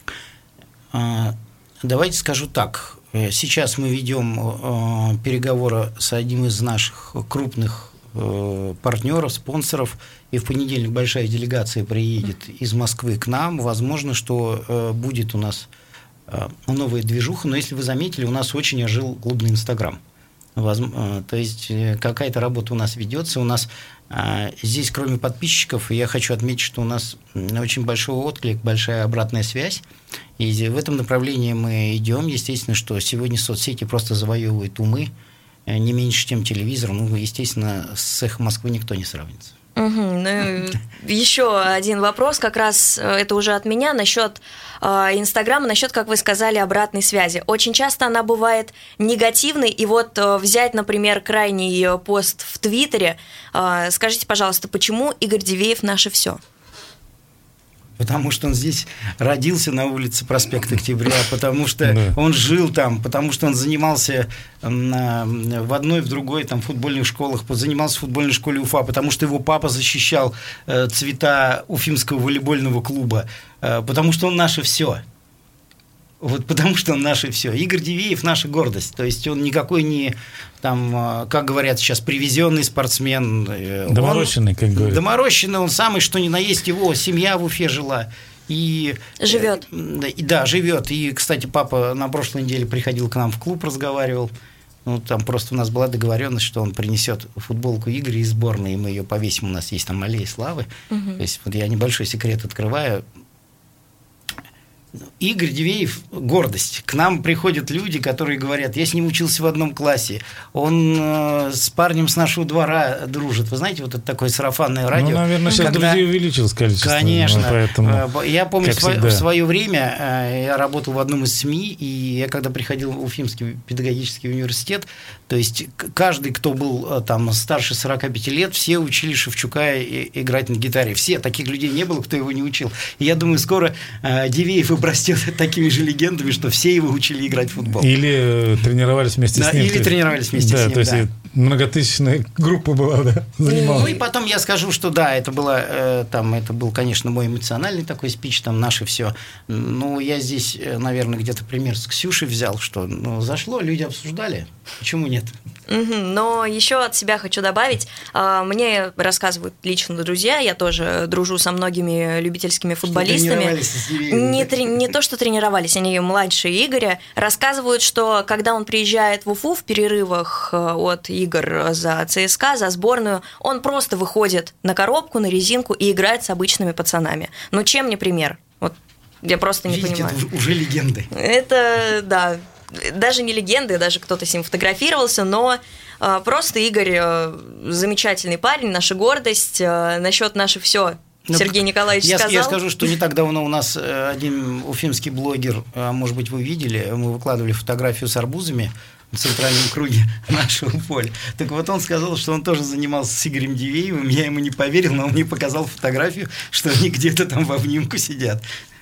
А, давайте скажу так. Сейчас мы ведем э, переговоры с одним из наших крупных э, партнеров, спонсоров, и в понедельник большая делегация приедет из Москвы к нам. Возможно, что э, будет у нас э, новая движуха, но если вы заметили, у нас очень ожил клубный Инстаграм. Воз, э, то есть э, какая-то работа у нас ведется. У нас э, здесь, кроме подписчиков, я хочу отметить, что у нас очень большой отклик, большая обратная связь. И в этом направлении мы идем. Естественно, что сегодня соцсети просто завоевывают умы э, не меньше, чем телевизор. Ну, естественно, с «Эхо Москвы» никто не сравнится. Угу. Ну, еще один вопрос, как раз это уже от меня, насчет э, Инстаграма, насчет, как вы сказали, обратной связи. Очень часто она бывает негативной, и вот э, взять, например, крайний пост в Твиттере, э, скажите, пожалуйста, почему Игорь Дивеев наше все? Потому что он здесь родился на улице Проспекта Октября, потому что да. он жил там, потому что он занимался на, в одной, в другой там, футбольных школах, занимался в футбольной школе Уфа, потому что его папа защищал э, цвета Уфимского волейбольного клуба, э, потому что он наше все. Вот потому что он наше все. Игорь Дивеев – наша гордость. То есть он никакой не, там, как говорят сейчас, привезенный спортсмен. Доморощенный, он, как говорят. Доморощенный, он самый, что ни на есть, его семья в Уфе жила. И, живет. И, да, живет. И, кстати, папа на прошлой неделе приходил к нам в клуб, разговаривал. Ну, там просто у нас была договоренность, что он принесет футболку Игоря из сборной, и мы ее повесим. У нас есть там аллея славы. Угу. То есть вот я небольшой секрет открываю. Игорь Дивеев – гордость. К нам приходят люди, которые говорят, я с ним учился в одном классе, он э, с парнем с нашего двора дружит. Вы знаете, вот это такое сарафанное радио. Ну, наверное, сейчас когда... друзей увеличилось количество. Конечно. Поэтому, я помню, в всегда. свое время э, я работал в одном из СМИ, и я когда приходил в Уфимский педагогический университет, то есть каждый, кто был там старше сорока пяти лет, все учили Шевчука играть на гитаре. Все, таких людей не было, кто его не учил. И я думаю, скоро э, Дивеев обрастет такими же легендами, что все его учили играть в футбол. Или э, тренировались вместе да, с ним. Или тренировались вместе да, с ним, то есть да. Многотысячная группа была, да, занималась. Ну и потом я скажу, что да, это было, э, там, это был, конечно, мой эмоциональный такой спич, там, наше все. Ну, я здесь, наверное, где-то пример с Ксюшей взял, что ну, зашло, люди обсуждали. Почему нет? Угу, но еще от себя хочу добавить, мне рассказывают лично друзья, я тоже дружу со многими любительскими футболистами. Не, трени- не то, что тренировались, они младше Игоря, рассказывают, что когда он приезжает в Уфу в перерывах от игр за ЦСКА, за сборную, он просто выходит на коробку, на резинку и играет с обычными пацанами. Ну, чем не пример? Вот я просто не Видите, понимаю. Это уже легенды. Это, да, даже не легенды, даже кто-то с ним фотографировался, но э, просто Игорь э, замечательный парень, наша гордость, э, насчет наше все. Ну, Сергей Николаевич я, сказал. Я скажу, что не так давно у нас один уфимский блогер, может быть, вы видели, мы выкладывали фотографию с арбузами в центральном круге нашего поля. Так вот он сказал, что он тоже занимался с Игорем Дивеевым, я ему не поверил, но он мне показал фотографию, что они где-то там в обнимку сидят.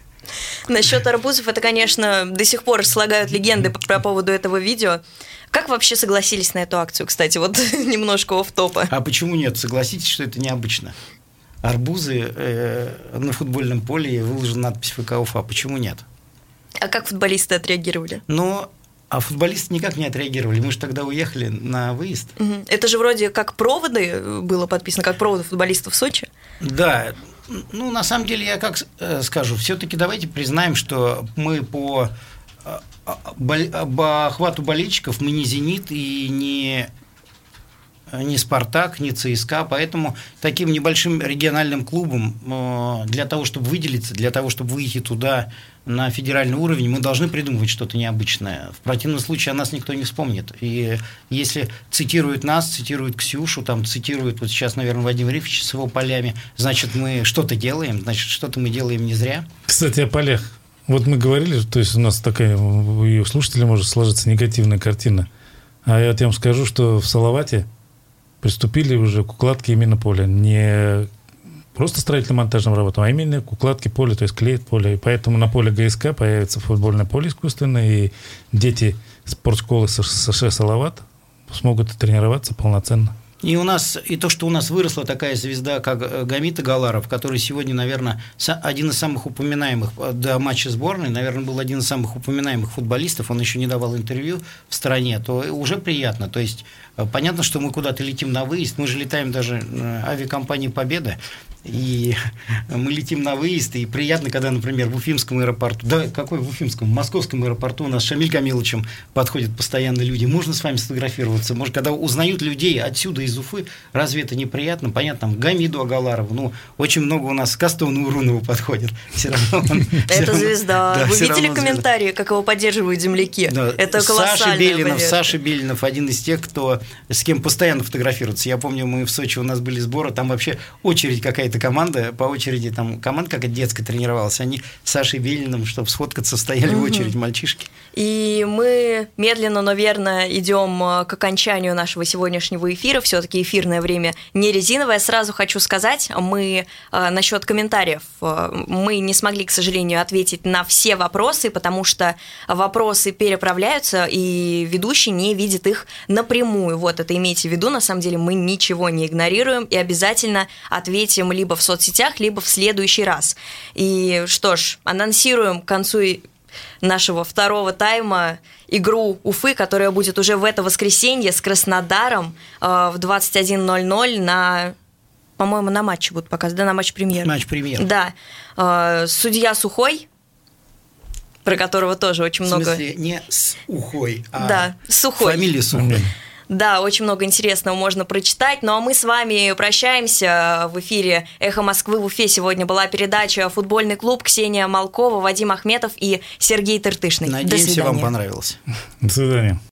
Насчет арбузов, это, конечно, до сих пор слагают легенды по, по поводу этого видео. Как вообще согласились на эту акцию, кстати? Вот немножко офф-топа. А почему нет? Согласитесь, что это необычно. Арбузы э, на футбольном поле, выложена надпись ФК Уфа. Почему нет? А как футболисты отреагировали? Ну, а футболисты никак не отреагировали. Мы же тогда уехали на выезд. Угу. Это же вроде как проводы было подписано, как проводы футболистов в Сочи? Да. Ну, на самом деле, я как скажу, все-таки давайте признаем, что мы по, по охвату болельщиков мы не «Зенит» и не, не «Спартак», не ЦСКА, поэтому таким небольшим региональным клубом для того, чтобы выделиться, для того, чтобы выйти туда на федеральный уровень, мы должны придумывать что-то необычное. В противном случае о нас никто не вспомнит. И если цитируют нас, цитируют Ксюшу, там цитируют вот сейчас, наверное, Вадим Рифович с его полями, значит, мы что-то делаем, значит, что-то мы делаем не зря. Кстати, о полях. Вот мы говорили, то есть у нас такая, у слушателей может сложиться негативная картина. А я вот вам скажу, что в Салавате приступили уже к укладке именно поля. Не просто строительно-монтажным работам, а именно к укладке поля, то есть клеит поле. И поэтому на поле ГСК появится футбольное поле искусственное, и дети спортшколы США «Салават» смогут тренироваться полноценно. И у нас, и то, что у нас выросла такая звезда, как Гамит Агаларов, который сегодня, наверное, один из самых упоминаемых до матча сборной, наверное, был один из самых упоминаемых футболистов, он еще не давал интервью в стране, то уже приятно. То есть понятно, что мы куда-то летим на выезд, мы же летаем даже авиакомпанией «Победа», и мы летим на выезд, и приятно, когда, например, в Уфимском аэропорту, да, какой в Уфимском, в Московском аэропорту у нас с Шамиль Камиловичем подходят постоянно люди, можно с вами сфотографироваться, может, когда узнают людей отсюда, из Уфы, разве это неприятно? Понятно, там, Гамиду Агаларову, ну, очень много у нас к Астону Урунову подходит. Все равно он, это все звезда. Равно, да, Вы видели равно комментарии, звезда. Как его поддерживают земляки? Да. Это колоссальная Саша Белинов, поддержка. Саша Белинов один из тех, кто, с кем постоянно фотографируется. Я помню, мы в Сочи, у нас были сборы, там вообще очередь какая-то команда, по очереди, там команда какая-то детская тренировалась, они с Сашей Белиным, чтобы сфоткаться, стояли угу. в очередь мальчишки. И мы медленно, но верно идем к окончанию нашего сегодняшнего эфира. Все-таки эфирное время не резиновое. Сразу хочу сказать, мы э, насчет комментариев, э, мы не смогли, к сожалению, ответить на все вопросы, потому что вопросы переправляются, и ведущий не видит их напрямую. Вот это имейте в виду. На самом деле мы ничего не игнорируем и обязательно ответим либо в соцсетях, либо в следующий раз. И что ж, анонсируем к концу нашего второго тайма игру Уфы, которая будет уже в это воскресенье с Краснодаром э, в двадцать один ноль ноль на, по-моему, на матче будут показывать, да, на матч-премьер. Матч-премьер. Да. Э, судья Сухой, про которого тоже очень много... В смысле, не с Ухой, а да, Сухой. Фамилия Сухой. Да, очень много интересного можно прочитать. Ну а мы с вами прощаемся. В эфире «Эхо Москвы» в Уфе сегодня была передача «Футбольный клуб». Ксения Малкова, Вадим Ахметов и Сергей Тыртышный. Надеемся, вам понравилось. До свидания.